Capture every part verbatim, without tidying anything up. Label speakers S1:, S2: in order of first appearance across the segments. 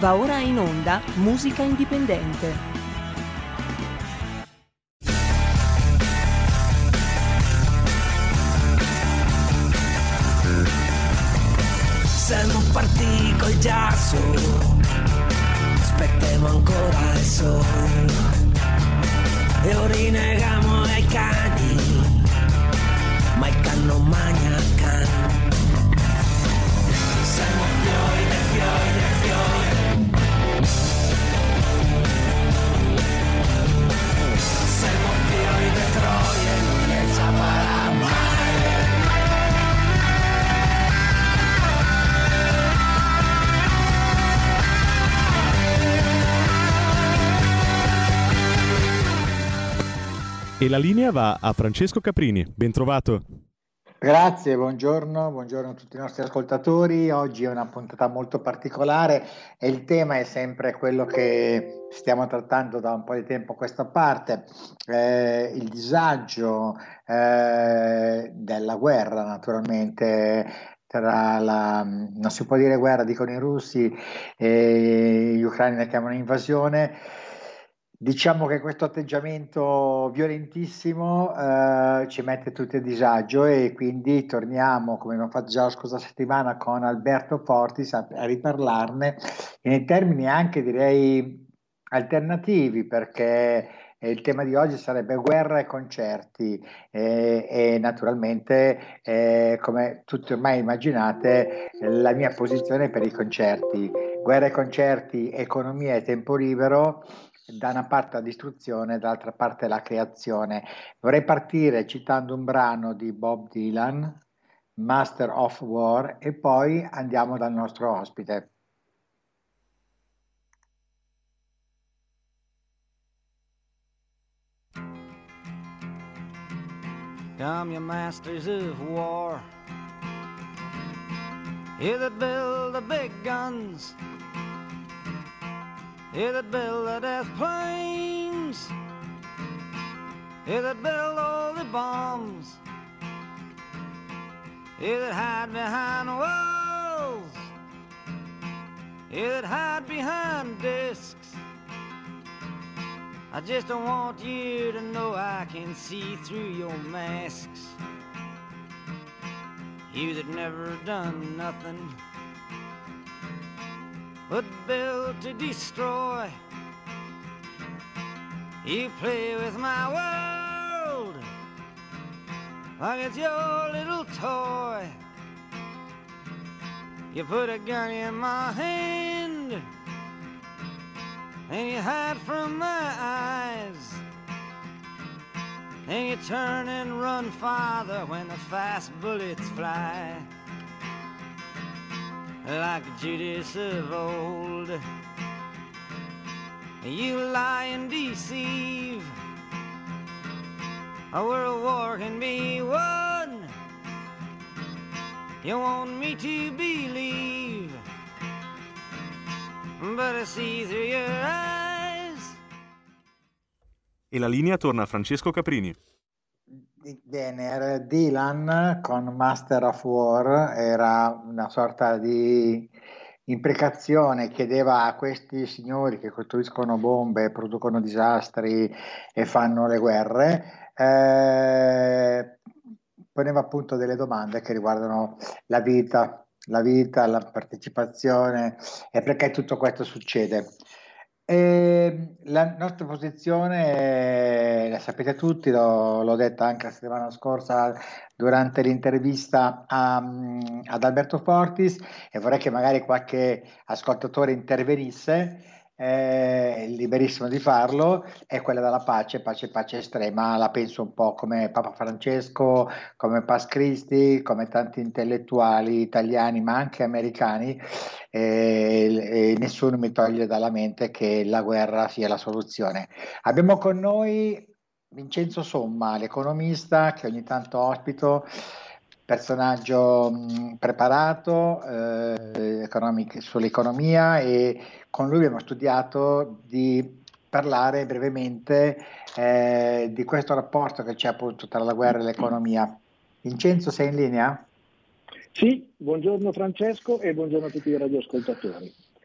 S1: Va ora in onda Musica Indipendente.
S2: Siamo partiti col giasso, aspettiamo ancora il sole e orinegamo ai cani, ma il can non magna can. Siamo fiori de fiori de fiori, siamo fiori de troie, lui ne saprà mai.
S3: E la linea va a Francesco Caprini. Ben trovato.
S4: Grazie, buongiorno, buongiorno a tutti i nostri ascoltatori. Oggi è una puntata molto particolare e il tema è sempre quello che stiamo trattando da un po' di tempo a questa parte, eh, il disagio eh, della guerra, naturalmente, tra la, non si può dire guerra, dicono i russi, e gli ucraini la chiamano invasione. Diciamo che questo atteggiamento violentissimo eh, ci mette tutti a disagio e quindi torniamo, come abbiamo fatto già la scorsa settimana con Alberto Fortis, a, a riparlarne in termini anche direi alternativi, perché il tema di oggi sarebbe guerra e concerti e, e naturalmente eh, come tutti ormai immaginate la mia posizione per i concerti. Guerra e concerti, economia e tempo libero, da una parte la distruzione, dall'altra parte la creazione. Vorrei partire citando un brano di Bob Dylan, Master of War, e poi andiamo dal nostro ospite.
S5: Come you masters of war, you that build the big guns, you that build the death planes, you that build all the bombs, you that hide behind walls, you that hide behind discs. I just don't want you to know I can see through your masks. You that never done nothing but build to destroy. You play with my world like it's your little toy. You put a gun in my hand and you hide from my eyes, and you turn and run farther when the fast bullets fly. Like Judas of old, you lie and deceive. A world war can be won. You want me to believe, but I see through your eyes.
S3: E la linea torna a Francesco Caprini.
S4: Bene, era Dylan con Master of War, era una sorta di imprecazione, chiedeva a questi signori che costruiscono bombe, producono disastri e fanno le guerre, eh, poneva appunto delle domande che riguardano la vita, la vita, la partecipazione e perché tutto questo succede. E la nostra posizione, eh, la sapete tutti, l'ho, l'ho detta anche la settimana scorsa durante l'intervista a, ad Alberto Fortis, e vorrei che magari qualche ascoltatore intervenisse, eh, liberissimo di farlo, è quella della pace, pace, pace estrema. La penso un po' come Papa Francesco, come Pas Christi, come tanti intellettuali italiani ma anche americani, e, e nessuno mi toglie dalla mente che la guerra sia la soluzione. Abbiamo con noi Vincenzo Somma, l'economista che ogni tanto ospito, personaggio mh, preparato eh, economic- sull'economia, e con lui abbiamo studiato di parlare brevemente eh, di questo rapporto che c'è appunto tra la guerra e l'economia. Vincenzo, sei in linea?
S6: Sì, buongiorno Francesco e buongiorno a tutti i radioascoltatori.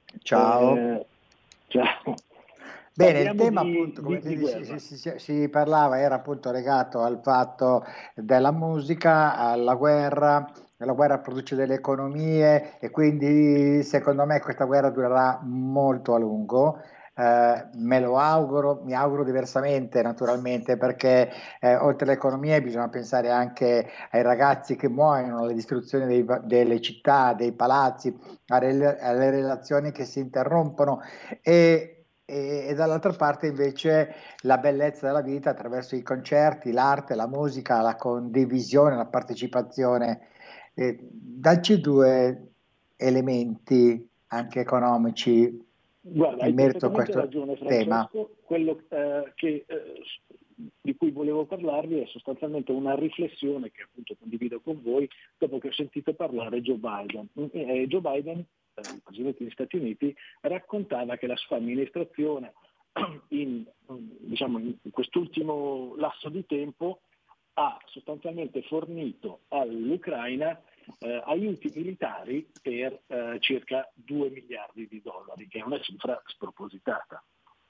S4: Ciao.
S6: Eh, ciao.
S4: Bene, il
S6: Parliamo
S4: tema
S6: di,
S4: appunto, come
S6: di,
S4: ti
S6: di
S4: dici,
S6: guerra.
S4: si, si- si parlava, era appunto legato al fatto della musica, alla guerra. La guerra produce delle economie e quindi secondo me questa guerra durerà molto a lungo. Eh, me lo auguro, mi auguro diversamente naturalmente perché eh, oltre all'economia bisogna pensare anche ai ragazzi che muoiono, alle distruzioni dei va- delle città, dei palazzi, alle, alle relazioni che si interrompono e, e- e dall'altra parte invece la bellezza della vita attraverso i concerti, l'arte, la musica, la condivisione, la partecipazione. Eh, dacci due elementi anche economici
S6: Guarda,
S4: in
S6: hai
S4: merito a
S6: perfettamente
S4: questo
S6: ragione
S4: tema.
S6: Francesco, quello eh, che, eh, di cui volevo parlarvi è sostanzialmente una riflessione che appunto condivido con voi dopo che ho sentito parlare Joe Biden. Eh, Joe Biden, eh, il presidente degli Stati Uniti, raccontava che la sua amministrazione in, diciamo, in quest'ultimo lasso di tempo ha sostanzialmente fornito all'Ucraina eh, aiuti militari per eh, circa due miliardi di dollari, che è una cifra spropositata.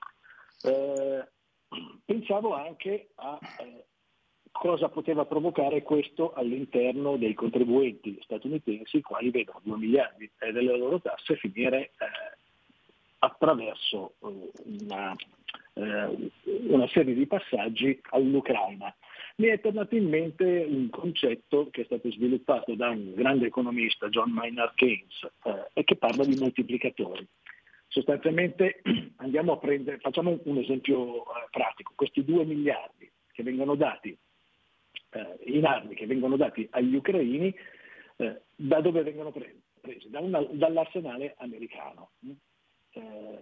S6: Eh, pensavo anche a eh, cosa poteva provocare questo all'interno dei contribuenti statunitensi, i quali vedono due miliardi delle loro tasse finire eh, attraverso eh, una, eh, una serie di passaggi all'Ucraina. Mi è tornato in mente un concetto che è stato sviluppato da un grande economista, John Maynard Keynes, eh, e che parla di moltiplicatori. Sostanzialmente andiamo a prendere, facciamo un esempio eh, pratico, questi due miliardi che vengono dati eh, in armi, che vengono dati agli ucraini, eh, da dove vengono presi? Da una, dall'arsenale americano. Eh,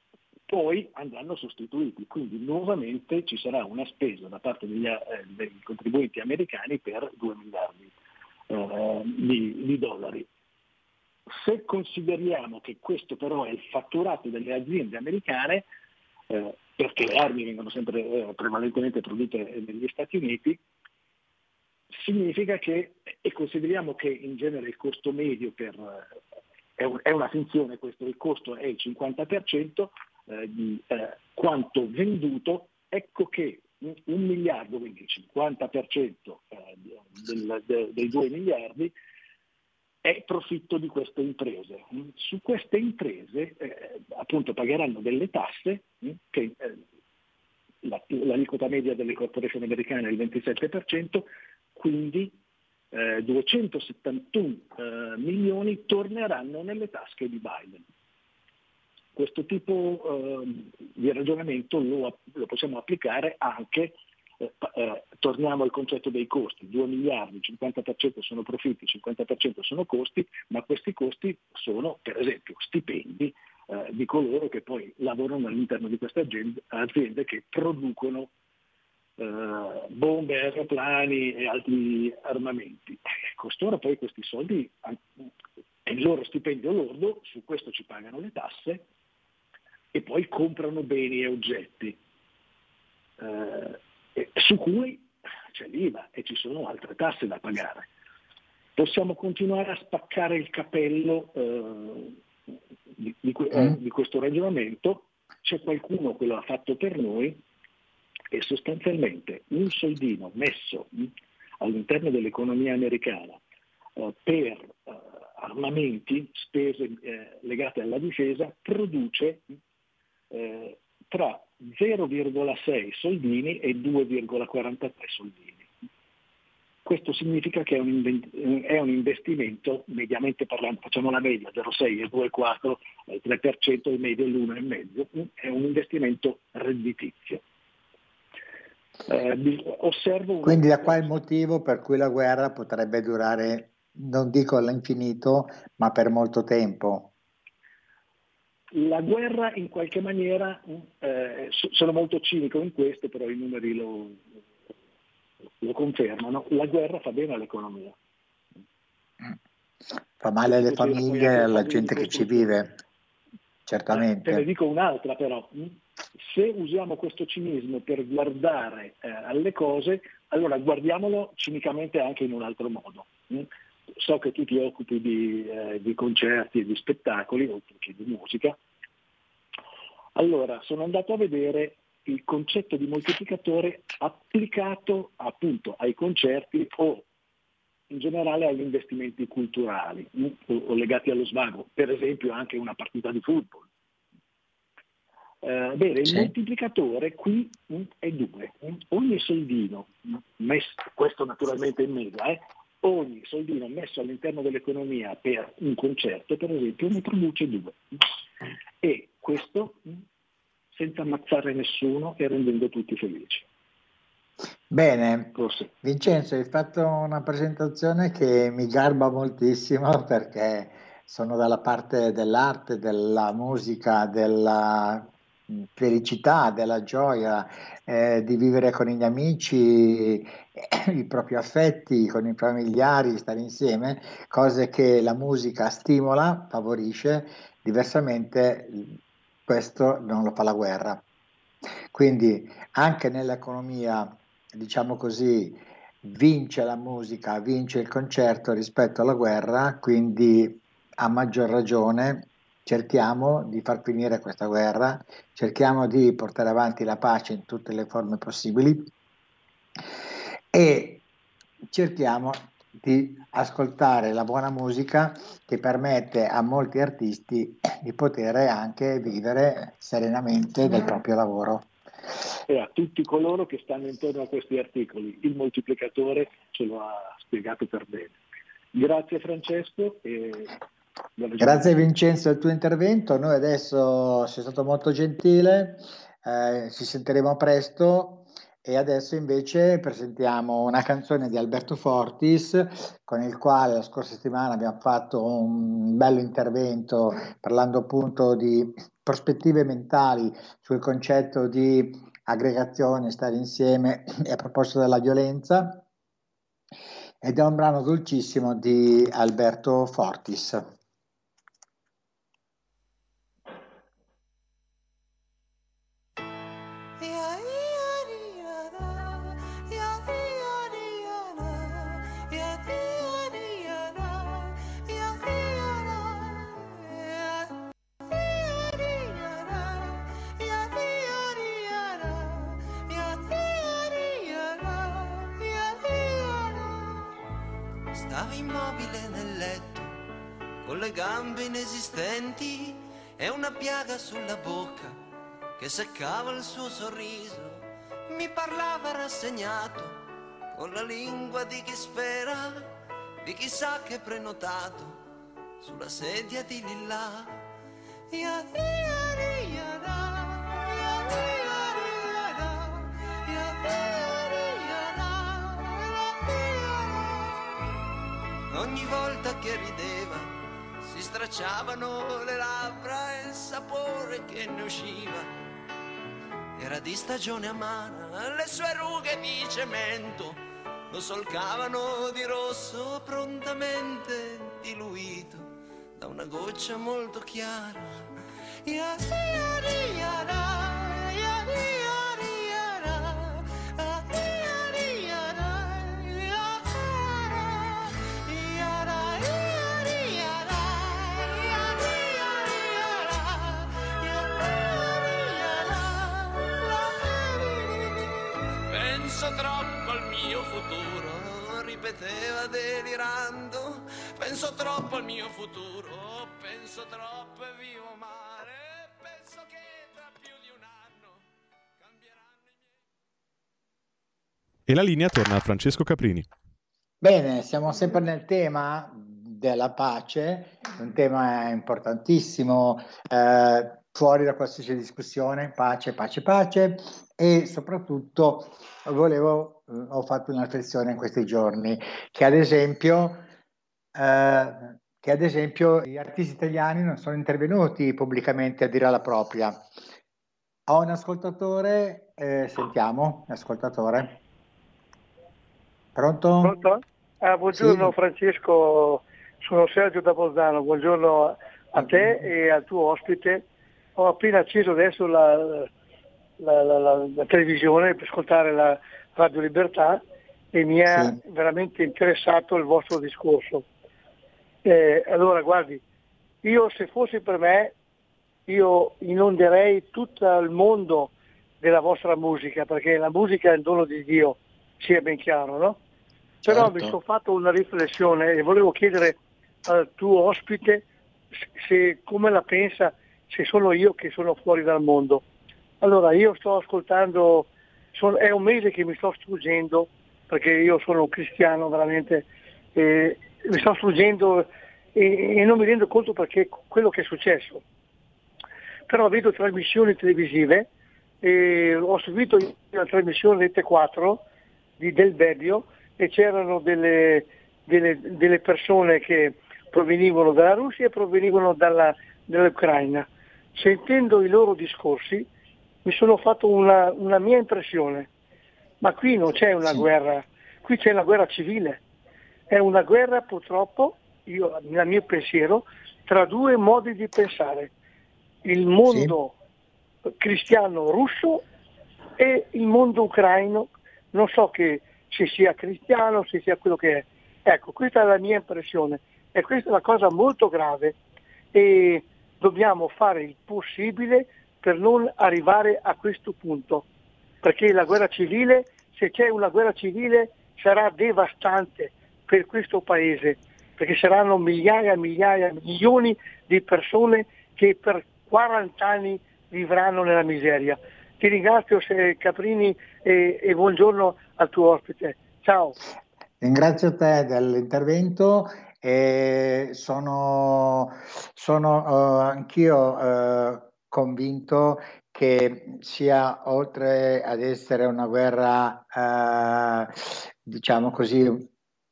S6: poi andranno sostituiti, quindi nuovamente ci sarà una spesa da parte degli, eh, dei contribuenti americani per due miliardi eh, di, di dollari. Se consideriamo che questo però è il fatturato delle aziende americane, eh, perché le armi vengono sempre eh, prevalentemente prodotte negli Stati Uniti, significa che, e consideriamo che in genere il costo medio per, è, un, è una finzione questo, il costo è il cinquanta per cento eh, di eh, quanto venduto, ecco che un, un miliardo, quindi il cinquanta per cento eh, del, de, dei due miliardi, è profitto di queste imprese. Su queste imprese eh, appunto pagheranno delle tasse che eh, la, l'aliquota media delle corporation americane è il ventisette per cento, quindi eh, duecentosettantuno eh, milioni torneranno nelle tasche di Biden. Questo tipo eh, di ragionamento lo, lo possiamo applicare anche, eh, eh, torniamo al concetto dei costi, due miliardi, il cinquanta per cento sono profitti, il cinquanta per cento sono costi, ma questi costi sono per esempio stipendi eh, di coloro che poi lavorano all'interno di queste aziende, aziende che producono eh, bombe, aeroplani e altri armamenti. Costoro poi questi soldi è il loro stipendio lordo, su questo ci pagano le tasse e poi comprano beni e oggetti eh, su cui c'è l'I V A e ci sono altre tasse da pagare. Possiamo continuare a spaccare il capello eh, di, di, eh, di questo ragionamento, c'è qualcuno che lo ha fatto per noi e sostanzialmente un soldino messo mh, all'interno dell'economia americana eh, per eh, armamenti, spese eh, legate alla difesa, produce eh, tra zero virgola sei soldini e due virgola quarantatré soldini. Questo significa che è un, invent- è un investimento, mediamente parlando, facciamo la media, zero virgola sei e due virgola quattro, il tre per cento, il medio l'uno virgola cinque, è un investimento redditizio. Eh, osservo
S4: Quindi da qua il motivo per cui la guerra potrebbe durare, non dico all'infinito, ma per molto tempo.
S6: La guerra in qualche maniera, eh, sono molto cinico in questo, però i numeri lo, lo confermano, la guerra fa bene all'economia.
S4: Fa male alle famiglie e alla gente che ci vive, certamente.
S6: Te ne dico un'altra però, se usiamo questo cinismo per guardare eh, alle cose, allora guardiamolo cinicamente anche in un altro modo. so che tu ti occupi di, eh, di concerti e di spettacoli, oltre che di musica. Allora, sono andato a vedere il concetto di moltiplicatore applicato appunto ai concerti o in generale agli investimenti culturali o, o legati allo svago, per esempio anche una partita di football. Eh, bene, il
S4: Sì.
S6: moltiplicatore qui mh, è due. Ogni soldino, messo, questo naturalmente in media, eh, ogni soldino messo all'interno dell'economia per un concerto, per esempio, ne produce due. E questo mh, senza ammazzare nessuno e rendendo tutti felici.
S4: Bene,
S6: Forse.
S4: Vincenzo, hai fatto una presentazione che mi garba moltissimo perché sono dalla parte dell'arte, della musica, della mh, felicità, della gioia, eh, di vivere con gli amici, eh, i propri affetti, con i familiari, stare insieme, cose che la musica stimola, favorisce, diversamente mh, questo non lo fa la guerra. Quindi anche nell'economia, diciamo così, vince la musica, vince il concerto rispetto alla guerra, quindi a maggior ragione cerchiamo di far finire questa guerra, cerchiamo di portare avanti la pace in tutte le forme possibili e cerchiamo di ascoltare la buona musica che permette a molti artisti di poter anche vivere serenamente del proprio lavoro.
S6: E a tutti coloro che stanno intorno a questi articoli, il moltiplicatore ce lo ha spiegato per bene. Grazie Francesco. E
S4: grazie Vincenzo del tuo intervento. Noi adesso sei stato molto gentile, eh, ci sentiremo presto. E adesso invece presentiamo una canzone di Alberto Fortis, con il quale la scorsa settimana abbiamo fatto un bello intervento parlando appunto di prospettive mentali sul concetto di aggregazione, stare insieme e a proposito della violenza. Ed è un brano dolcissimo di Alberto Fortis.
S2: Stava immobile nel letto, con le gambe inesistenti e una piaga sulla bocca che seccava il suo sorriso. Mi parlava rassegnato, con la lingua di chi spera, di chi sa che è prenotato, sulla sedia di lilla. Ogni volta che rideva si stracciavano le labbra e il sapore che ne usciva era di stagione amara. Le sue rughe di cemento lo solcavano di rosso, prontamente diluito da una goccia molto chiara. Penso troppo al mio futuro, ripeteva delirando. Penso troppo al mio futuro, penso troppo e vivo male. Penso che tra più di un anno cambieranno i miei...
S3: E la linea torna a Francesco Caprini.
S4: Bene, siamo sempre nel tema della pace, un tema importantissimo, eh, fuori da qualsiasi discussione, pace, pace, pace, e soprattutto volevo, eh, ho fatto una riflessione in questi giorni, che ad esempio, eh, che ad esempio gli artisti italiani non sono intervenuti pubblicamente a dire la propria. Ho un ascoltatore, eh, sentiamo, ascoltatore. Pronto?
S7: Pronto? Ah, buongiorno
S4: Sì.
S7: Francesco, sono Sergio da Bolzano, buongiorno a te e al tuo ospite. Ho appena acceso adesso la, la, la, la, la televisione per ascoltare la Radio Libertà e mi ha
S4: Sì.
S7: veramente interessato il vostro discorso. Eh, allora guardi, io se fosse per me, io inonderei tutto il mondo della vostra musica, perché la musica è il dono di Dio, sia ben chiaro, no? Però
S8: Certo.
S7: mi sono fatto una riflessione e volevo chiedere al tuo ospite se come la pensa, se sono io che sono fuori dal mondo. Allora io sto ascoltando, sono, è un mese che mi sto struggendo, perché io sono un cristiano veramente, eh, mi sto struggendo e, e non mi rendo conto perché quello che è successo. Però vedo trasmissioni televisive, e ho seguito la trasmissione Rete quattro di Del Bedio e c'erano delle, delle, delle persone che provenivano dalla Russia e provenivano dalla, dall'Ucraina. Sentendo i loro discorsi mi sono fatto una, una mia impressione, ma qui non c'è una
S8: Sì.
S7: guerra, qui c'è una guerra civile, è una guerra purtroppo, io, nel mio pensiero, tra due modi di pensare, il mondo sì. cristiano russo e il mondo ucraino, non so che se sia cristiano, se sia quello che è. Ecco, questa è la mia impressione e questa è una cosa molto grave e dobbiamo fare il possibile per non arrivare a questo punto, perché la guerra civile, se c'è una guerra civile, sarà devastante per questo paese, perché saranno migliaia, migliaia, milioni di persone che per quaranta anni vivranno nella miseria. Ti ringrazio Caprini e, e buongiorno al tuo ospite. Ciao.
S4: Ringrazio te dell'intervento e sono, sono uh, anch'io uh, convinto che sia, oltre ad essere una guerra, uh, diciamo così,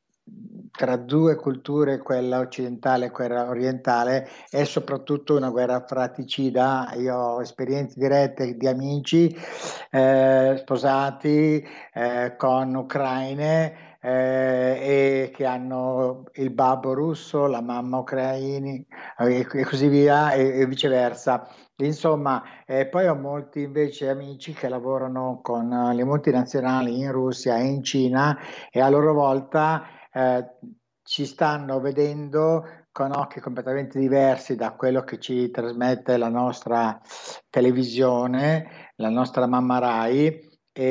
S4: tra due culture, quella occidentale e quella orientale, è soprattutto una guerra fratricida. Io ho esperienze dirette di amici eh, sposati eh, con ucraine eh, e che hanno il babbo russo, la mamma ucraini eh, e così via e, e viceversa. Insomma, eh, poi ho molti invece amici che lavorano con le multinazionali in Russia e in Cina e a loro volta eh, ci stanno vedendo con occhi completamente diversi da quello che ci trasmette la nostra televisione, la nostra mamma Rai,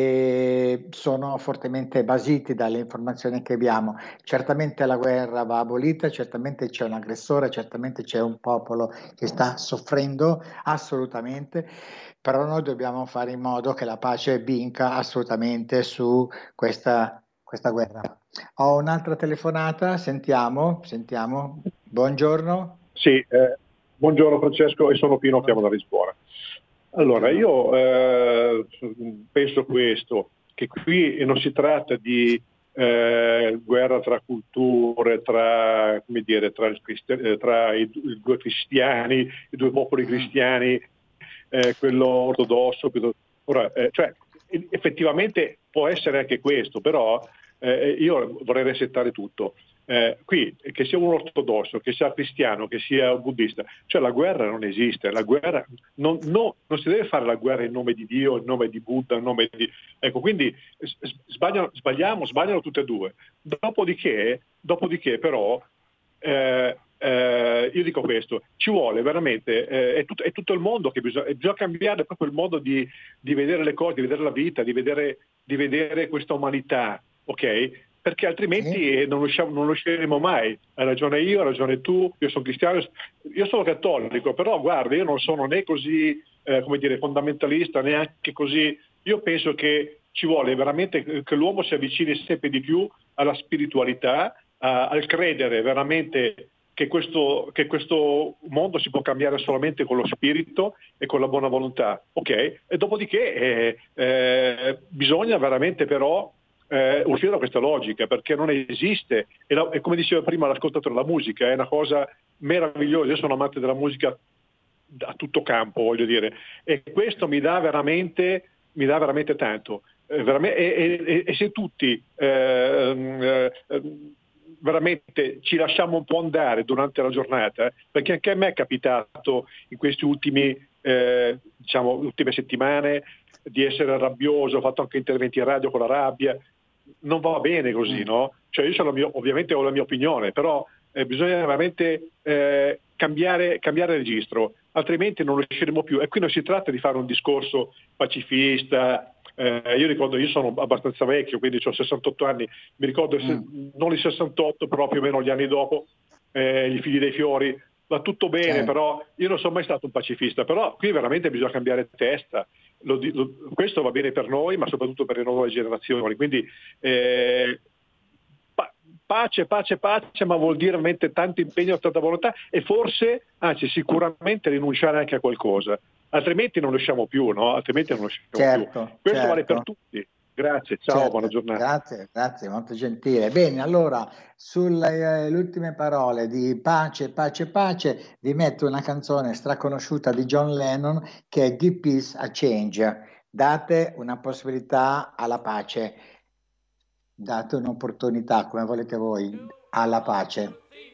S4: e sono fortemente basiti dalle informazioni che abbiamo. Certamente la guerra va abolita, certamente c'è un aggressore, certamente c'è un popolo che sta soffrendo assolutamente, però noi dobbiamo fare in modo che la pace vinca assolutamente su questa, questa guerra. Ho un'altra telefonata, sentiamo, sentiamo. Buongiorno.
S9: Sì, eh, buongiorno Francesco, e sono Pino, chiamo da Lisbona. Allora, io eh, penso questo, che qui non si tratta di eh, guerra tra culture, tra, come dire, tra, il cristi- tra i, i due cristiani, i due popoli cristiani, eh, quello ortodosso. Ora, eh, cioè, effettivamente può essere anche questo, però eh, io vorrei resettare tutto. Eh, qui, che sia un ortodosso, che sia cristiano, che sia un buddista, cioè la guerra non esiste, la guerra non, no, non si deve fare la guerra in nome di Dio, in nome di Buddha, in nome di... Ecco, quindi sbagliano, sbagliamo, sbagliano tutte e due. Dopodiché, dopodiché però, eh, eh, io dico questo, ci vuole veramente, eh, è, tutto, è tutto il mondo che bisogna, bisogna cambiare proprio il modo di, di vedere le cose, di vedere la vita, di vedere, di vedere questa umanità, ok? Perché altrimenti eh. non, usciamo, non usciremo mai. Hai ragione io, hai ragione tu, io sono cristiano, io sono cattolico, però guarda, io non sono né così eh, come dire, fondamentalista, neanche così. Io penso che ci vuole veramente che l'uomo si avvicini sempre di più alla spiritualità, a, al credere veramente che questo, che questo mondo si può cambiare solamente con lo spirito e con la buona volontà. Ok? E dopodiché eh, eh, bisogna veramente però Eh, uscire da questa logica, perché non esiste, e, la, e come diceva prima l'ascoltatore, la musica è una cosa meravigliosa. Io sono amante della musica a tutto campo, voglio dire, e questo mi dà veramente mi dà veramente tanto eh, veramente, e, e, e se tutti eh, eh, veramente ci lasciamo un po' andare durante la giornata, perché anche a me è capitato in questi ultimi eh, diciamo ultime settimane di essere rabbioso, ho fatto anche interventi in radio con la rabbia. Non va bene così, no? Cioè io sono mio, ovviamente ho la mia opinione, però eh, bisogna veramente eh, cambiare, cambiare registro, altrimenti non riusciremo più. E qui non si tratta di fare un discorso pacifista. Eh, io ricordo, io sono abbastanza vecchio, quindi ho sessantotto anni, mi ricordo mm. non i sessantotto, però più o meno gli anni dopo, eh, i figli dei fiori, va tutto bene, eh. però io non sono mai stato un pacifista, però qui veramente bisogna cambiare testa. Lo, lo, questo va bene per noi, ma soprattutto per le nuove generazioni, quindi eh, pa- pace, pace, pace, ma vuol dire veramente tanto impegno, tanta volontà e forse, anzi sicuramente rinunciare anche a qualcosa. Altrimenti non riusciamo più, no? Altrimenti non riusciamo
S4: certo,
S9: più. Questo
S4: certo.
S9: vale per tutti. Grazie, ciao,
S4: certo.
S9: buona giornata.
S4: Grazie, grazie, molto gentile. Bene, allora, sulle eh, ultime parole di Pace, Pace, Pace, vi metto una canzone straconosciuta di John Lennon che è Give Peace a Change. Date una possibilità alla pace, date un'opportunità, come volete voi, alla pace.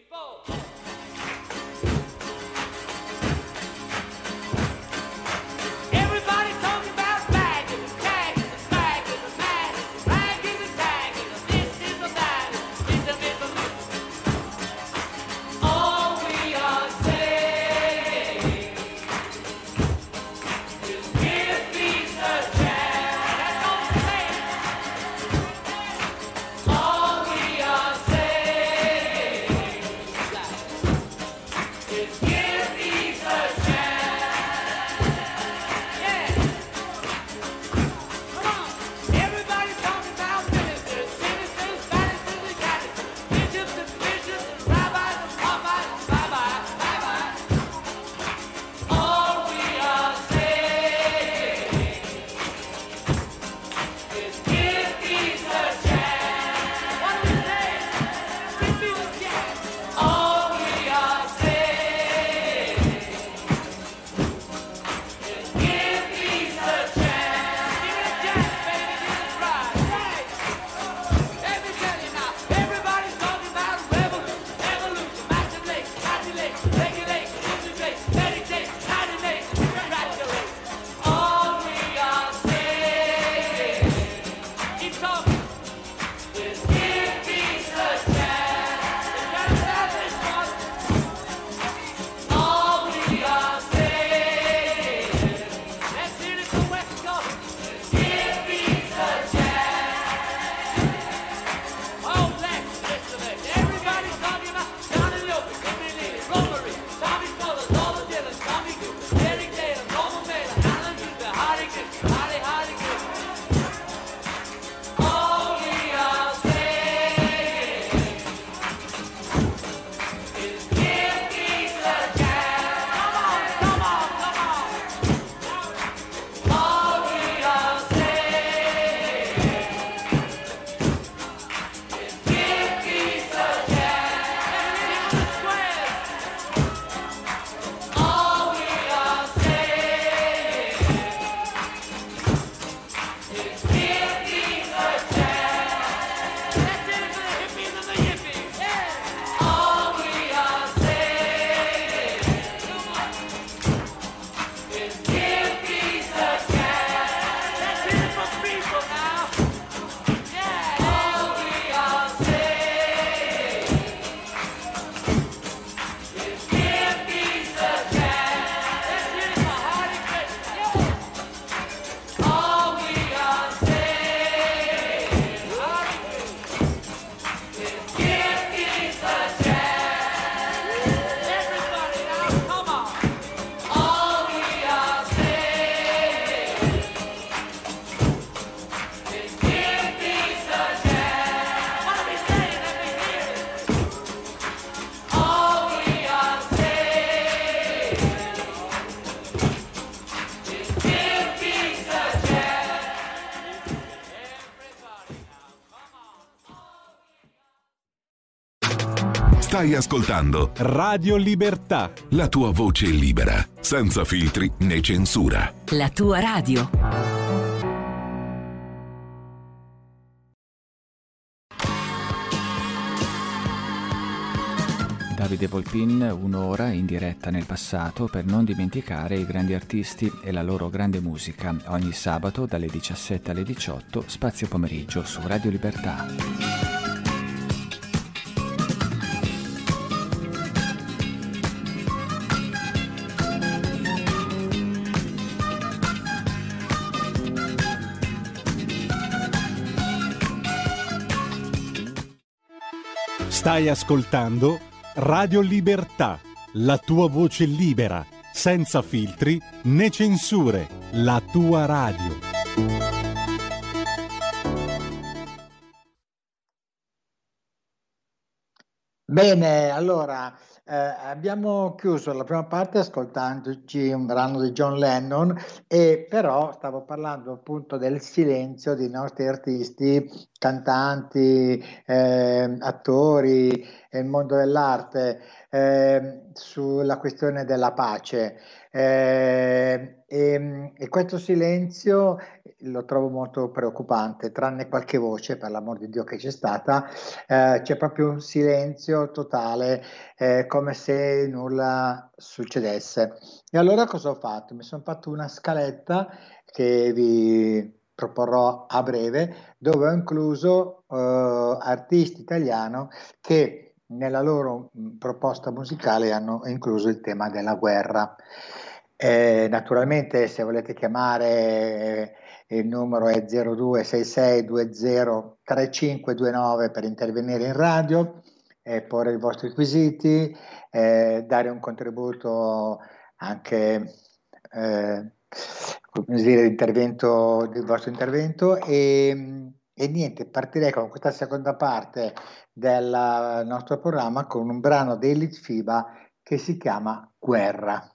S8: Stai ascoltando
S10: Radio Libertà,
S8: la tua voce libera, senza filtri né censura.
S1: La tua radio.
S11: Davide Volpin, un'ora in diretta nel passato per non dimenticare i grandi artisti e la loro grande musica. Ogni sabato dalle diciassette alle diciotto, Spazio Pomeriggio su Radio Libertà.
S10: Stai ascoltando Radio Libertà, la tua voce libera, senza filtri né censure, la tua radio.
S4: Bene, allora eh, abbiamo chiuso la prima parte ascoltandoci un brano di John Lennon, e però stavo parlando appunto del silenzio dei nostri artisti, cantanti, eh, attori, nel mondo dell'arte, eh, sulla questione della pace. Eh, e, e questo silenzio lo trovo molto preoccupante, tranne qualche voce, per l'amor di Dio, che c'è stata. Eh, c'è proprio un silenzio totale, eh, come se nulla succedesse. E allora cosa ho fatto? Mi sono fatto una scaletta che vi proporrò a breve, dove ho incluso eh, artisti italiani che nella loro mh, proposta musicale hanno incluso il tema della guerra. Eh, naturalmente, se volete chiamare, eh, il numero è zero due sei sei due zero tre cinque due nove per intervenire in radio, eh, porre i vostri quesiti, eh, dare un contributo anche, eh, come dire, intervento, del vostro intervento. E, e niente, partirei con questa seconda parte del nostro programma con un brano dei Litfiba che si chiama Guerra.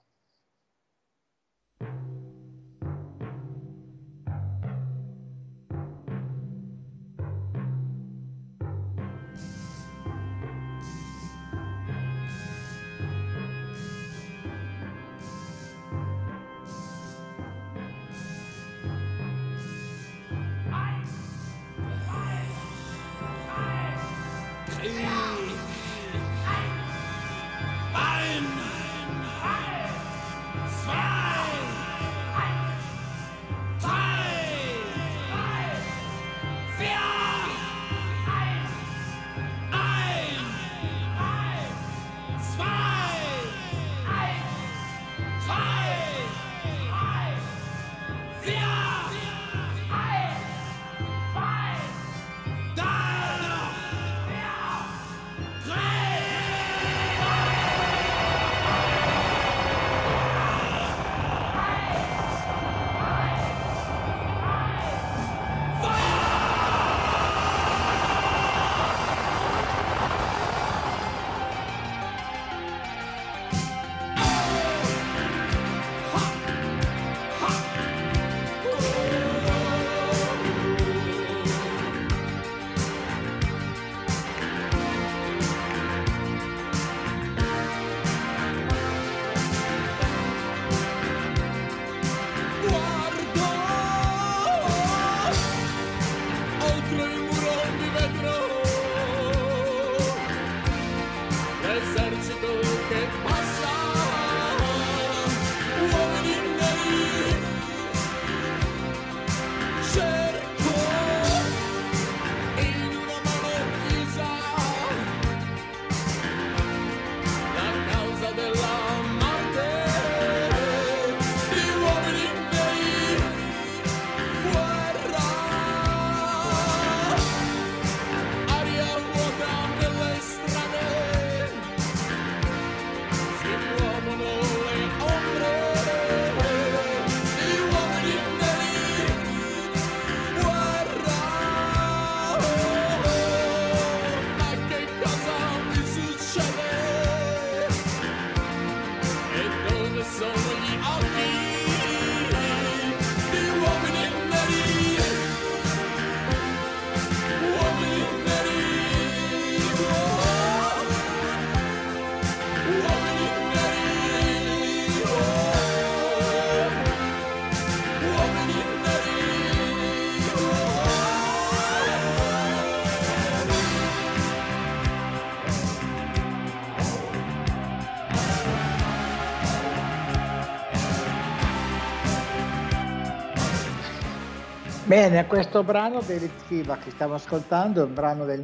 S4: Bene, questo brano dei Litfiba che stiamo ascoltando è un brano del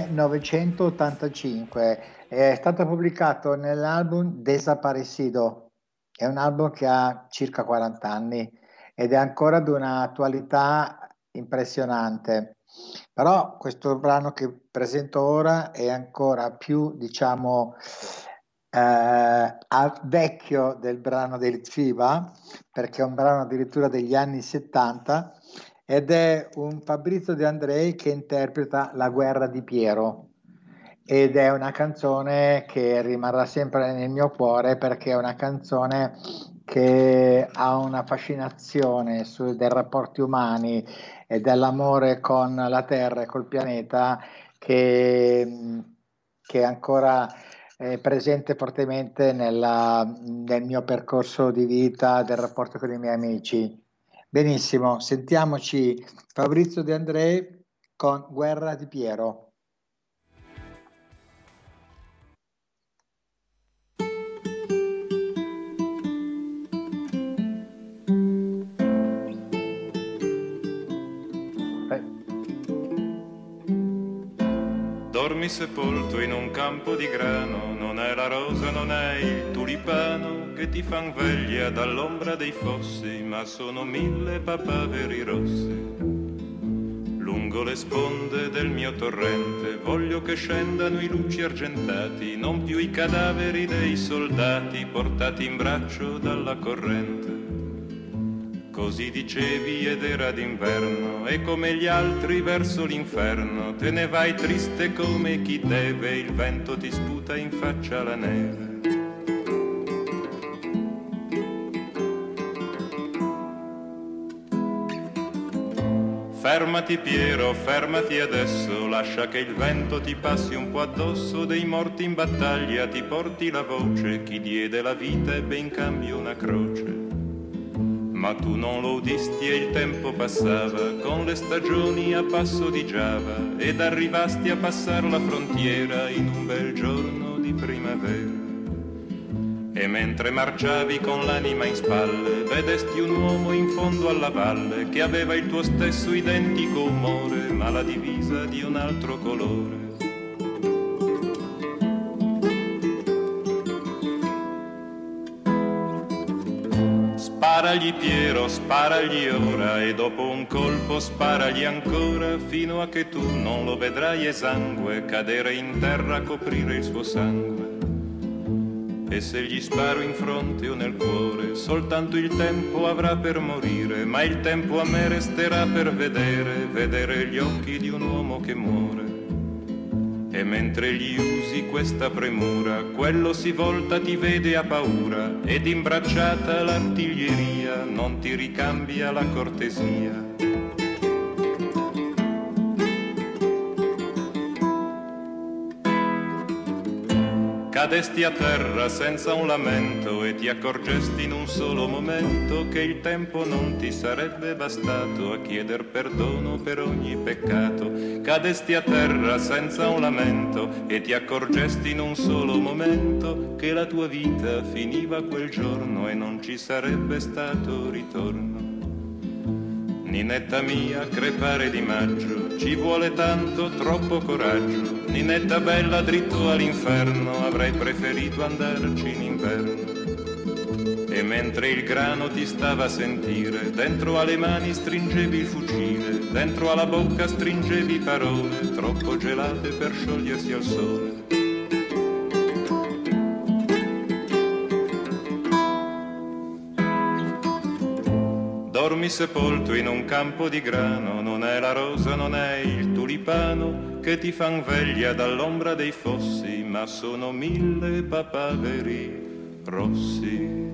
S4: millenovecentottantacinque, è stato pubblicato nell'album Desaparecido, è un album che ha circa quaranta anni ed è ancora di una attualità impressionante. Però questo brano che presento ora è ancora più, diciamo, eh, a vecchio del brano del Litfiba, perché è un brano addirittura degli anni settanta, ed è un Fabrizio De André che interpreta La guerra di Piero, ed è una canzone che rimarrà sempre nel mio cuore, perché è una canzone che ha una fascinazione su, dei rapporti umani e dell'amore con la Terra e col pianeta che, che è ancora eh, presente fortemente nella, nel mio percorso di vita, del rapporto con i miei amici. Benissimo, sentiamoci Fabrizio De André con Guerra di Piero.
S12: Dormi sepolto in un campo di grano, non è la rosa, non è il tulipano che ti fan veglia dall'ombra dei fossi, ma sono mille papaveri rossi. Lungo le sponde del mio torrente voglio che scendano i luci argentati, non più i cadaveri dei soldati portati in braccio dalla corrente. Così dicevi ed era d'inverno, e come gli altri verso l'inferno te ne vai triste come chi deve, il vento ti sputa in faccia la neve. Fermati Piero, fermati adesso, lascia che il vento ti passi un po' addosso, dei morti in battaglia ti porti la voce, chi diede la vita ebbe in cambio una croce. Ma tu non lo udisti e il tempo passava, con le stagioni a passo di Giava, ed arrivasti a passar la frontiera in un bel giorno di primavera. E mentre marciavi con l'anima in spalle, vedesti un uomo in fondo alla valle, che aveva il tuo stesso identico umore, ma la divisa di un altro colore. Sparagli Piero, sparagli ora, e dopo un colpo sparagli ancora, fino a che tu non lo vedrai esangue, cadere in terra a coprire il suo sangue. E se gli sparo in fronte o nel cuore, soltanto il tempo avrà per morire, ma il tempo a me resterà per vedere, vedere gli occhi di un uomo che muore. E mentre gli usi questa premura, quello si volta, ti vede a paura, ed imbracciata l'artiglieria non ti ricambia la cortesia. Cadesti a terra senza un lamento e ti accorgesti in un solo momento che il tempo non ti sarebbe bastato a chieder perdono per ogni peccato. Cadesti a terra senza un lamento e ti accorgesti in un solo momento che la tua vita finiva quel giorno e non ci sarebbe stato ritorno. Ninetta mia, crepare di maggio, ci vuole tanto, troppo coraggio. Ninetta bella, dritto all'inferno, avrei preferito andarci in inverno. E mentre il grano ti stava a sentire, dentro alle mani stringevi il fucile, dentro alla bocca stringevi parole, troppo gelate per sciogliersi al sole. Dormi sepolto in un campo di grano, non è la rosa, non è il tulipano che ti fan veglia dall'ombra dei fossi, ma sono mille papaveri rossi.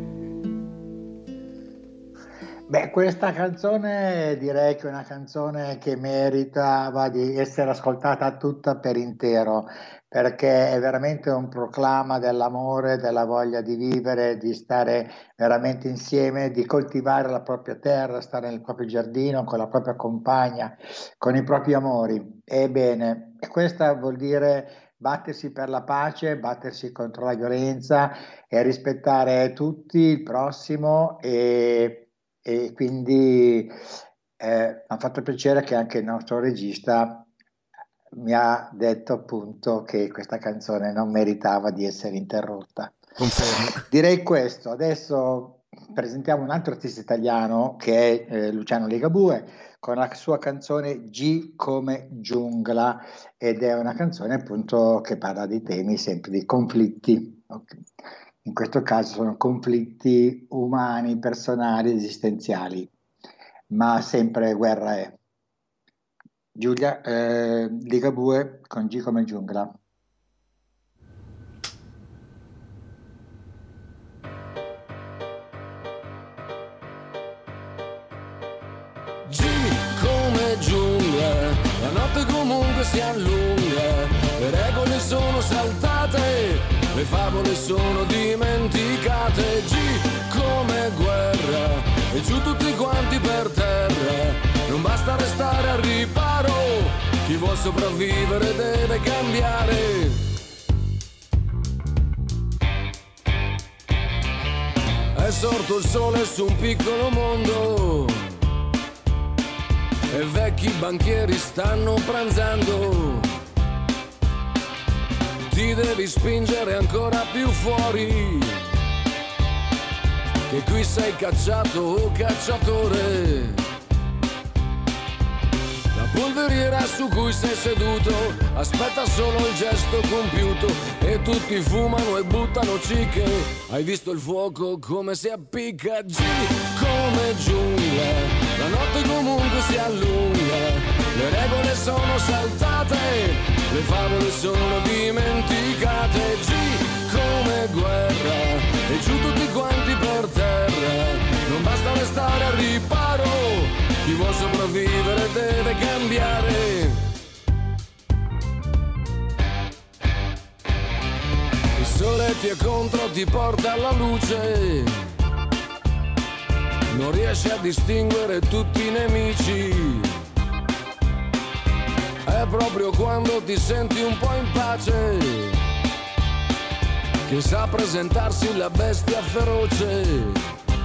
S4: Beh, questa canzone direi che è una canzone che meritava di essere ascoltata tutta per intero, perché è veramente un proclama dell'amore, della voglia di vivere, di stare veramente insieme, di coltivare la propria terra, stare nel proprio giardino, con la propria compagna, con i propri amori. Ebbene, questa vuol dire battersi per la pace, battersi contro la violenza e rispettare tutti, il prossimo, e e quindi eh, mi ha fatto piacere che anche il nostro regista mi ha detto appunto che questa canzone non meritava di essere interrotta.
S3: Confermo.
S4: Direi questo, adesso presentiamo un altro artista italiano che è eh, Luciano Ligabue, con la sua canzone G come giungla, ed è una canzone appunto che parla di temi sempre di conflitti. Okay. In questo caso sono conflitti umani, personali, esistenziali, ma sempre guerra è. Giulia, eh, Ligabue con G come giungla.
S13: G come giungla, la notte comunque si allunga, le regole sono saltate, le favole sono dimenticate. G come guerra, e giù tutti quanti per terra, non basta restare al riparo, chi vuol sopravvivere deve cambiare. È sorto il sole su un piccolo mondo, e vecchi banchieri stanno pranzando. Ti devi spingere ancora più fuori, che qui sei cacciato o cacciatore. La polveriera su cui sei seduto aspetta solo il gesto compiuto, e tutti fumano e buttano cicche. Hai visto il fuoco come si appicca? G come giungla, la notte comunque si allunga, le regole sono saltate, le favole sono dimenticate. G come guerra, e giù tutti quanti per terra, non basta restare al riparo, chi vuol sopravvivere deve cambiare. Il sole ti è contro, ti porta alla luce, non riesci a distinguere tutti i nemici. È proprio quando ti senti un po' in pace che sa presentarsi la bestia feroce.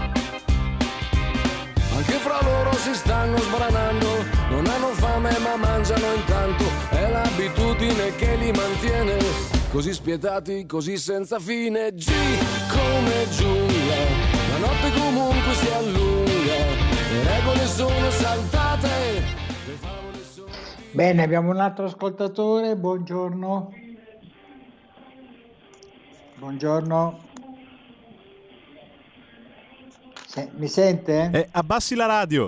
S13: Anche fra loro si stanno sbranando, non hanno fame ma mangiano intanto, è l'abitudine che li mantiene così spietati, così senza fine. G come giungla, la notte comunque si allunga, le regole sono saltate, le favole sono...
S4: Bene, abbiamo un altro ascoltatore, buongiorno. Buongiorno. Se, mi sente?
S3: Eh, abbassi la radio.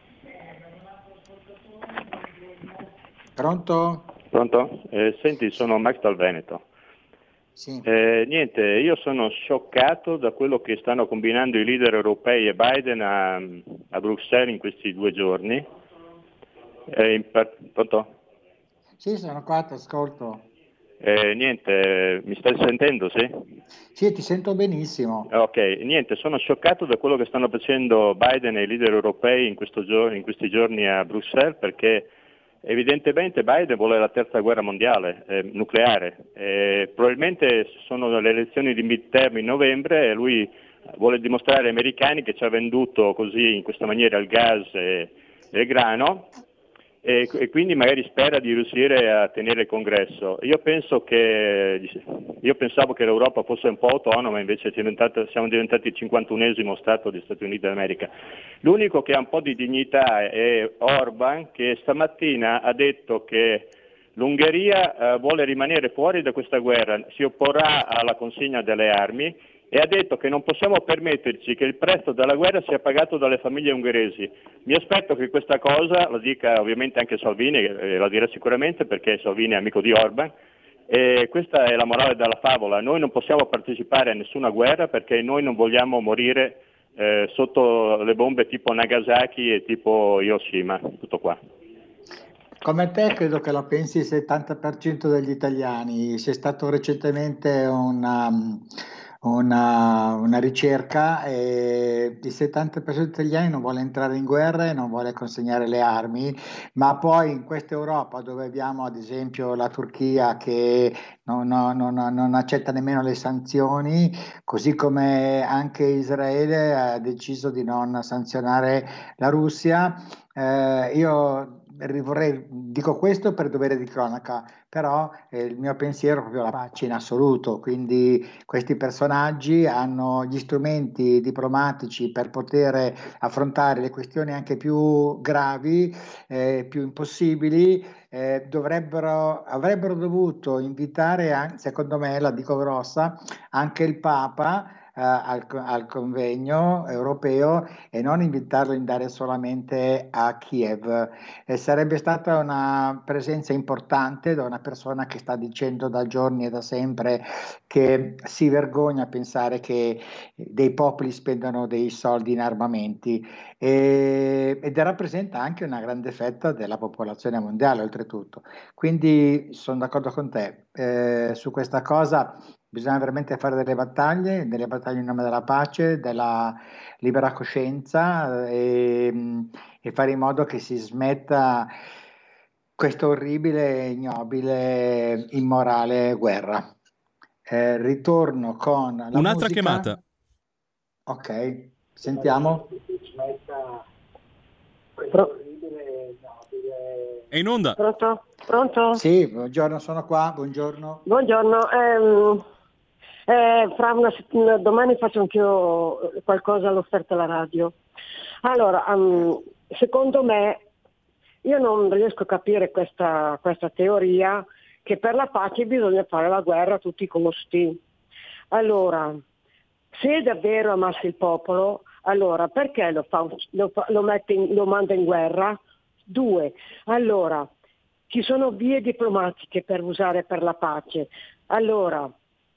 S4: Pronto?
S14: Pronto? Eh, senti, sono Max dal Veneto.
S4: Sì.
S14: Eh, niente, io sono scioccato da quello che stanno combinando i leader europei e Biden a, a Bruxelles in questi due giorni. Eh, in par- Pronto?
S4: Sì, sono qua, ti ascolto.
S14: Eh, niente, mi stai sentendo, sì?
S4: Sì, ti sento benissimo.
S14: Ok, niente, sono scioccato da quello che stanno facendo Biden e i leader europei in, questo giorno, in questi giorni a Bruxelles, perché evidentemente Biden vuole la terza guerra mondiale, eh, nucleare. Eh, probabilmente sono le elezioni di midterm in novembre e lui vuole dimostrare agli americani che ci ha venduto così, in questa maniera, il gas e, e il grano. E, e quindi magari spera di riuscire a tenere il congresso. Io penso che io pensavo che l'Europa fosse un po' autonoma, invece siamo diventati il cinquantunesimo Stato degli Stati Uniti d'America. L'unico che ha un po' di dignità è Orban, che stamattina ha detto che l'Ungheria eh, vuole rimanere fuori da questa guerra, si opporrà alla consegna delle armi, e ha detto che non possiamo permetterci che il prezzo della guerra sia pagato dalle famiglie ungheresi. Mi aspetto che questa cosa la dica ovviamente anche Salvini, eh, la dirà sicuramente perché Salvini è amico di Orban, e questa è la morale della favola. Noi non possiamo partecipare a nessuna guerra perché noi non vogliamo morire eh, sotto le bombe tipo Nagasaki e tipo Hiroshima, tutto qua.
S4: Come te credo che la pensi il settanta per cento degli italiani. C'è stato recentemente una... Una, una ricerca e il settanta per cento degli italiani non vuole entrare in guerra e non vuole consegnare le armi, ma poi in questa Europa dove abbiamo ad esempio la Turchia che non, non, non, non accetta nemmeno le sanzioni, così come anche Israele ha deciso di non sanzionare la Russia, eh, io vorrei, dico questo per dovere di cronaca, però eh, il mio pensiero è proprio la pace in assoluto, quindi questi personaggi hanno gli strumenti diplomatici per poter affrontare le questioni anche più gravi, eh, più impossibili, eh, dovrebbero, avrebbero dovuto invitare, anche, secondo me, la dico grossa, anche il Papa Uh, al, al convegno europeo e non invitarlo ad andare solamente a Kiev. Eh, sarebbe stata una presenza importante da una persona che sta dicendo da giorni e da sempre che si vergogna a pensare che dei popoli spendano dei soldi in armamenti e, ed rappresenta anche una grande fetta della popolazione mondiale oltretutto. Quindi sono d'accordo con te eh, su questa cosa. Bisogna veramente fare delle battaglie, delle battaglie in nome della pace, della libera coscienza e, e fare in modo che si smetta questa orribile, ignobile, immorale guerra. Eh, ritorno con la
S15: Un'altra
S4: musica.
S15: chiamata.
S4: Ok, sentiamo.
S7: Pro-
S15: È in onda.
S7: Pronto? Pronto?
S4: Sì, buongiorno, sono qua, buongiorno.
S7: Buongiorno. Ehm, eh, fra una settimana, domani faccio anch'io qualcosa all'offerta alla radio. Allora, um, secondo me, io non riesco a capire questa, questa teoria che per la pace bisogna fare la guerra a tutti i costi. Allora, se davvero amassi il popolo, allora perché lo, fa, lo, lo, mette in, lo manda in guerra? Due, allora, ci sono vie diplomatiche per usare per la pace. Allora,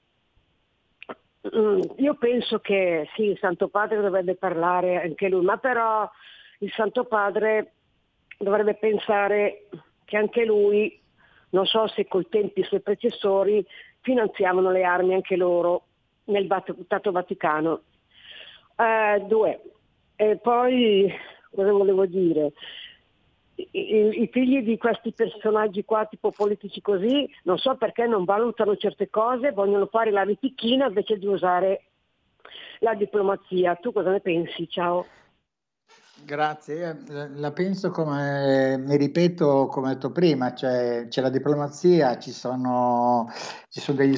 S7: io penso che sì, il Santo Padre dovrebbe parlare anche lui, ma però il Santo Padre dovrebbe pensare che anche lui, non so se col tempo i suoi predecessori, finanziavano le armi anche loro nel Stato Vaticano. Eh, due, e poi cosa volevo dire? I, i figli di questi personaggi qua, tipo politici così, non so perché non valutano certe cose, vogliono fare la ripicchina invece di usare la diplomazia. Tu cosa ne pensi? Ciao.
S4: Grazie, la penso come, mi ripeto come ho detto prima, cioè, c'è la diplomazia, ci sono, ci sono degli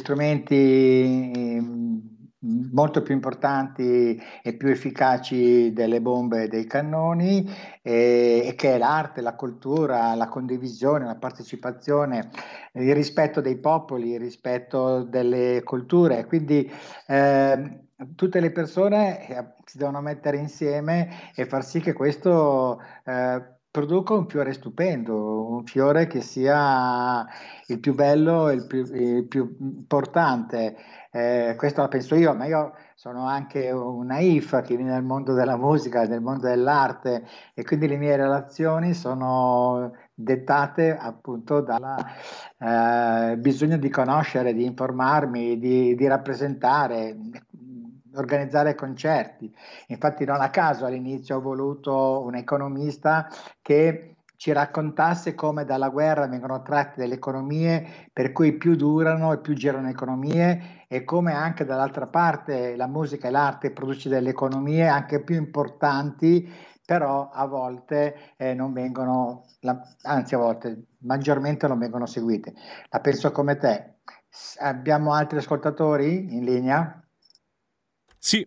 S4: strumenti molto più importanti e più efficaci delle bombe e dei cannoni, e, e che è l'arte, la cultura, la condivisione, la partecipazione, il rispetto dei popoli, il rispetto delle culture. Quindi eh, tutte le persone eh, si devono mettere insieme e far sì che questo eh, produca un fiore stupendo, un fiore che sia il più bello e il più, il più importante. Eh, questo la penso io, ma io sono anche un naif che viene dal mondo della musica, del mondo dell'arte, e quindi le mie relazioni sono dettate appunto dal eh, bisogno di conoscere, di informarmi, di, di rappresentare, organizzare concerti. Infatti non a caso all'inizio ho voluto un economista che ci raccontasse come dalla guerra vengono tratte delle economie per cui più durano e più girano economie, e come anche dall'altra parte la musica e l'arte produce delle economie anche più importanti, però a volte eh, non vengono, la, anzi a volte maggiormente non vengono seguite. La penso come te. S- abbiamo altri ascoltatori in linea?
S15: Sì.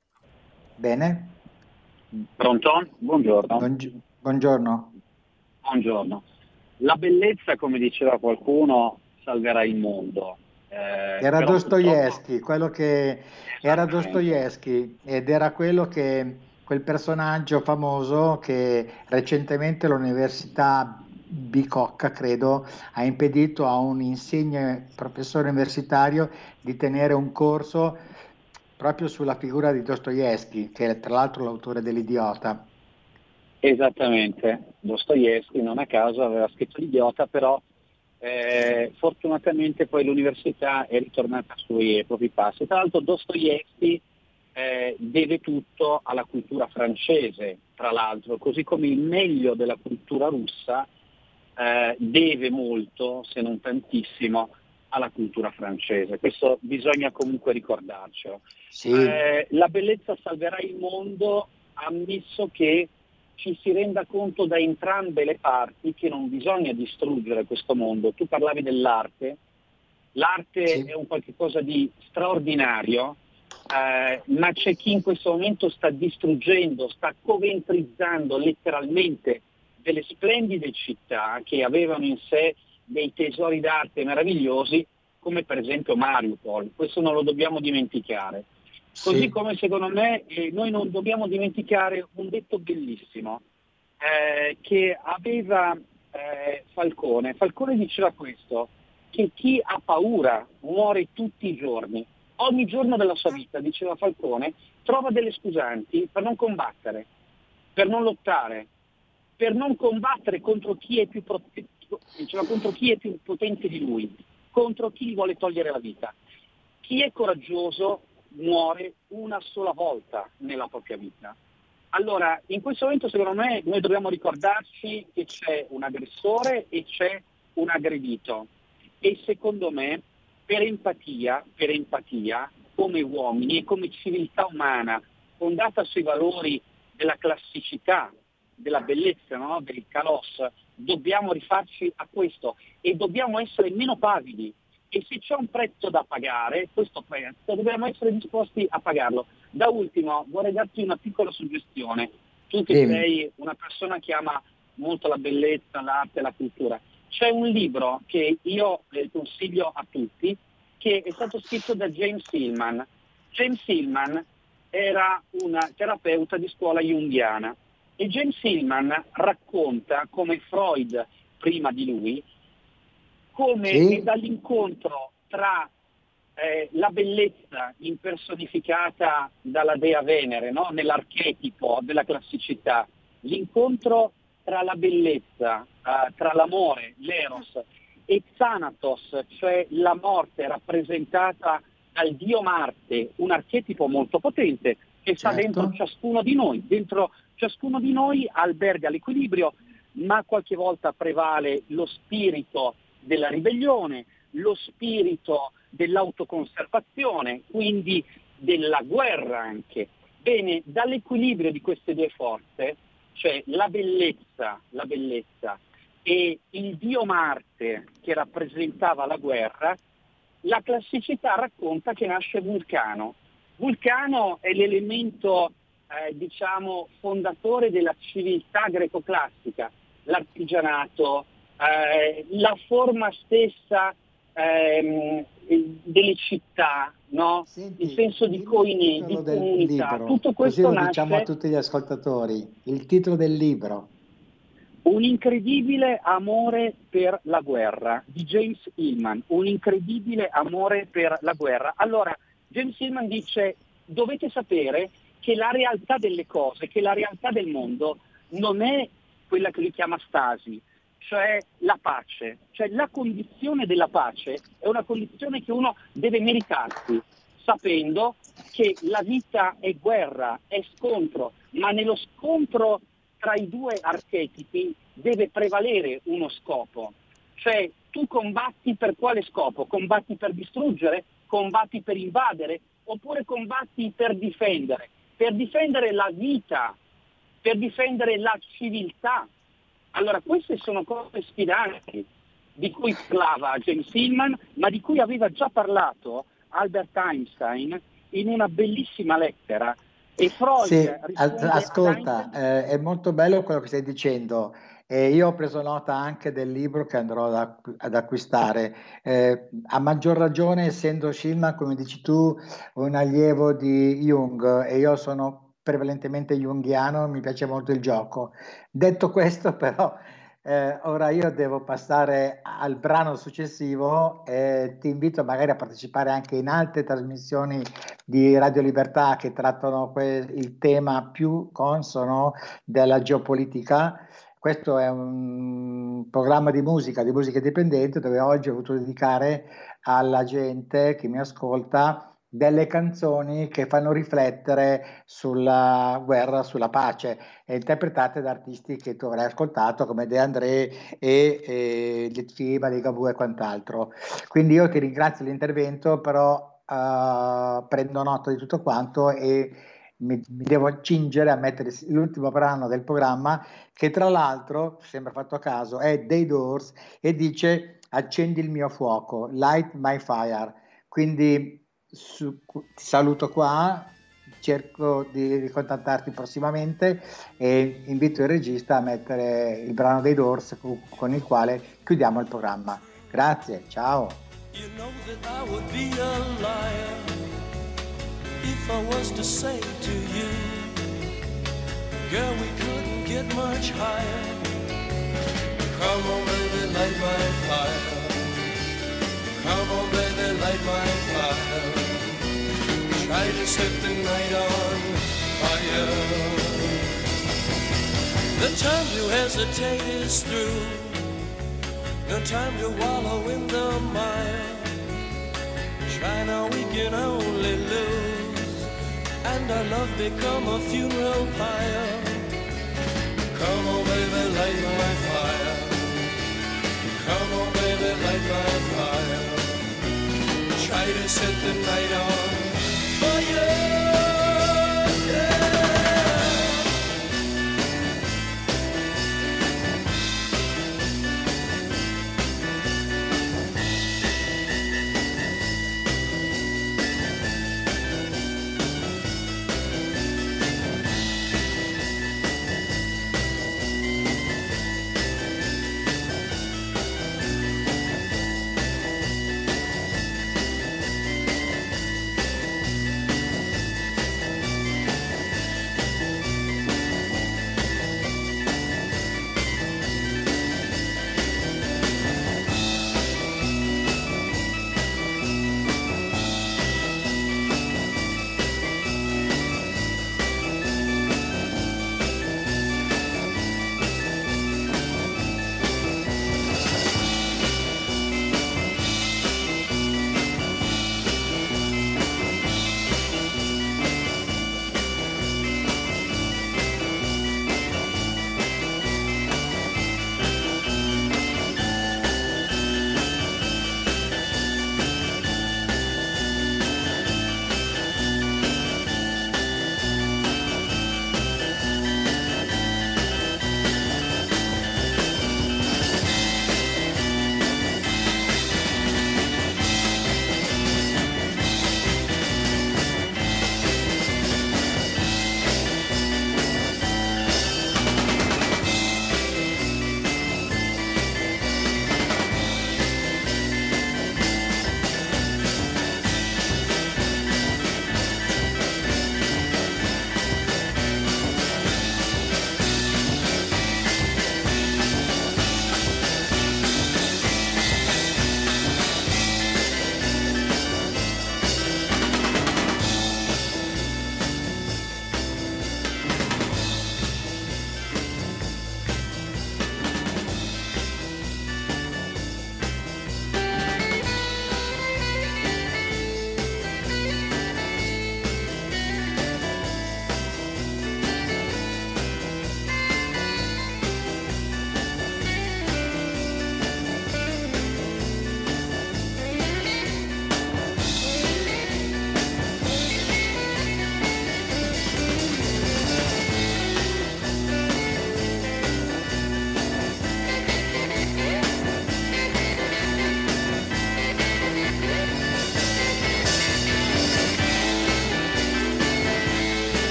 S4: Bene.
S16: Pronto? Buongiorno.
S4: Buongi- buongiorno.
S16: Buongiorno. La bellezza, come diceva qualcuno, salverà il mondo. Eh,
S4: era
S16: però
S4: Dostoevskij, quello che era Dostoevskij, ed era quello che quel personaggio famoso che recentemente l'università Bicocca, credo, ha impedito a un insigne professore universitario di tenere un corso proprio sulla figura di Dostoevskij, che è tra l'altro l'autore dell'Idiota.
S16: Esattamente, Dostoevskij non a caso aveva scritto l'Idiota, però eh, fortunatamente poi l'università è ritornata sui propri passi. Tra l'altro Dostoevskij eh, deve tutto alla cultura francese, tra l'altro, così come il meglio della cultura russa eh, deve molto, se non tantissimo, alla cultura francese. Questo bisogna comunque ricordarcelo.
S4: Sì.
S16: Eh, la bellezza salverà il mondo, ammesso che ci si renda conto da entrambe le parti che non bisogna distruggere questo mondo. Tu parlavi dell'arte, l'arte sì. è un qualcosa di straordinario, eh, ma c'è chi in questo momento sta distruggendo, sta coventrizzando letteralmente delle splendide città che avevano in sé dei tesori d'arte meravigliosi, come per esempio Mariupol. Questo non lo dobbiamo dimenticare. Così sì. come secondo me eh, noi non dobbiamo dimenticare un detto bellissimo eh, che aveva eh, Falcone. Falcone diceva questo, che chi ha paura muore tutti i giorni. Ogni giorno della sua vita, diceva Falcone, trova delle scusanti per non combattere, per non lottare, per non combattere contro chi è più, prote- diceva, contro chi è più potente di lui, contro chi gli vuole togliere la vita. Chi è coraggioso muore una sola volta nella propria vita. Allora, in questo momento secondo me noi dobbiamo ricordarci che c'è un aggressore e c'è un aggredito, e secondo me per empatia, per empatia come uomini e come civiltà umana fondata sui valori della classicità, della bellezza, no? del kalos, dobbiamo rifarci a questo e dobbiamo essere meno pavidi. E se c'è un prezzo da pagare, questo prezzo dobbiamo essere disposti a pagarlo. Da ultimo vorrei darti una piccola suggestione. Tu che sì. sei una persona che ama molto la bellezza, l'arte, la cultura, c'è un libro che io eh, consiglio a tutti, che è stato scritto da James Hillman. James Hillman era un terapeuta di scuola junghiana e James Hillman racconta come Freud, prima di lui, come sì. è dall'incontro tra eh, la bellezza impersonificata dalla dea Venere, no? nell'archetipo della classicità, l'incontro tra la bellezza, eh, tra l'amore, l'eros, e Thanatos, cioè la morte rappresentata dal dio Marte, un archetipo molto potente che sta certo. dentro ciascuno di noi, dentro ciascuno di noi alberga l'equilibrio, ma qualche volta prevale lo spirito della ribellione, lo spirito dell'autoconservazione, quindi della guerra anche. Bene, dall'equilibrio di queste due forze, cioè la bellezza, la bellezza e il dio Marte che rappresentava la guerra, la classicità racconta che nasce Vulcano. Vulcano è l'elemento, eh, diciamo, fondatore della civiltà greco-classica, l'artigianato, eh, la forma stessa ehm, delle città, no?
S4: Senti,
S16: il senso di coinè, di comunità,
S4: libro,
S16: tutto questo
S4: così lo
S16: nasce...
S4: diciamo a tutti gli ascoltatori, il titolo del libro.
S16: Un incredibile amore per la guerra, di James Hillman, un incredibile amore per la guerra. Allora, James Hillman dice, dovete sapere che la realtà delle cose, che la realtà del mondo non è quella che lui chiama stasi, cioè la pace, cioè la condizione della pace è una condizione che uno deve meritarsi, sapendo che la vita è guerra, è scontro, ma nello scontro tra i due archetipi deve prevalere uno scopo, cioè tu combatti per quale scopo? Combatti per distruggere? Combatti per invadere? Oppure combatti per difendere? Per difendere la vita, per difendere la civiltà. Allora queste sono cose sfidanti di cui parlava James Hillman, ma di cui aveva già parlato Albert Einstein in una bellissima lettera. E Freud
S4: sì, ascolta, eh, è molto bello quello che stai dicendo. Eh, io ho preso nota anche del libro che andrò ad, ad acquistare. Eh, a maggior ragione, essendo Shillman, come dici tu, un allievo di Jung, e io sono prevalentemente junghiano, mi piace molto il gioco. Detto questo, però, eh, ora io devo passare al brano successivo e ti invito magari a partecipare anche in altre trasmissioni di Radio Libertà che trattano que- il tema più consono della geopolitica. Questo è un programma di musica, di musica indipendente, dove oggi ho voluto dedicare alla gente che mi ascolta delle canzoni che fanno riflettere sulla guerra, sulla pace, e interpretate da artisti che tu avrai ascoltato come De André e, e Litfiba, Ligabue e quant'altro. Quindi io ti ringrazio dell'intervento, però uh, prendo nota di tutto quanto e mi, mi devo accingere a mettere l'ultimo brano del programma, che tra l'altro, sembra fatto a caso, è dei Doors e dice accendi il mio fuoco, light my fire. Quindi su, ti saluto qua, cerco di ricontattarti prossimamente e invito il regista a mettere il brano dei Doors con il quale chiudiamo il programma. Grazie, ciao.
S17: You know that I would be a liar if I was to say to you, girl, we couldn't get much higher. Come on, baby, light my fire. Come on, baby, light my fire. Try to set the night on fire. The time to hesitate is through. No time to wallow in the mire. Try now, we can only lose, and our love become a funeral pyre. Come on, baby, light my fire. Come on, baby, light my fire. Try to set the night on fire.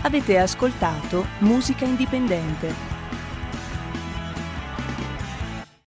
S1: Avete ascoltato Musica Indipendente.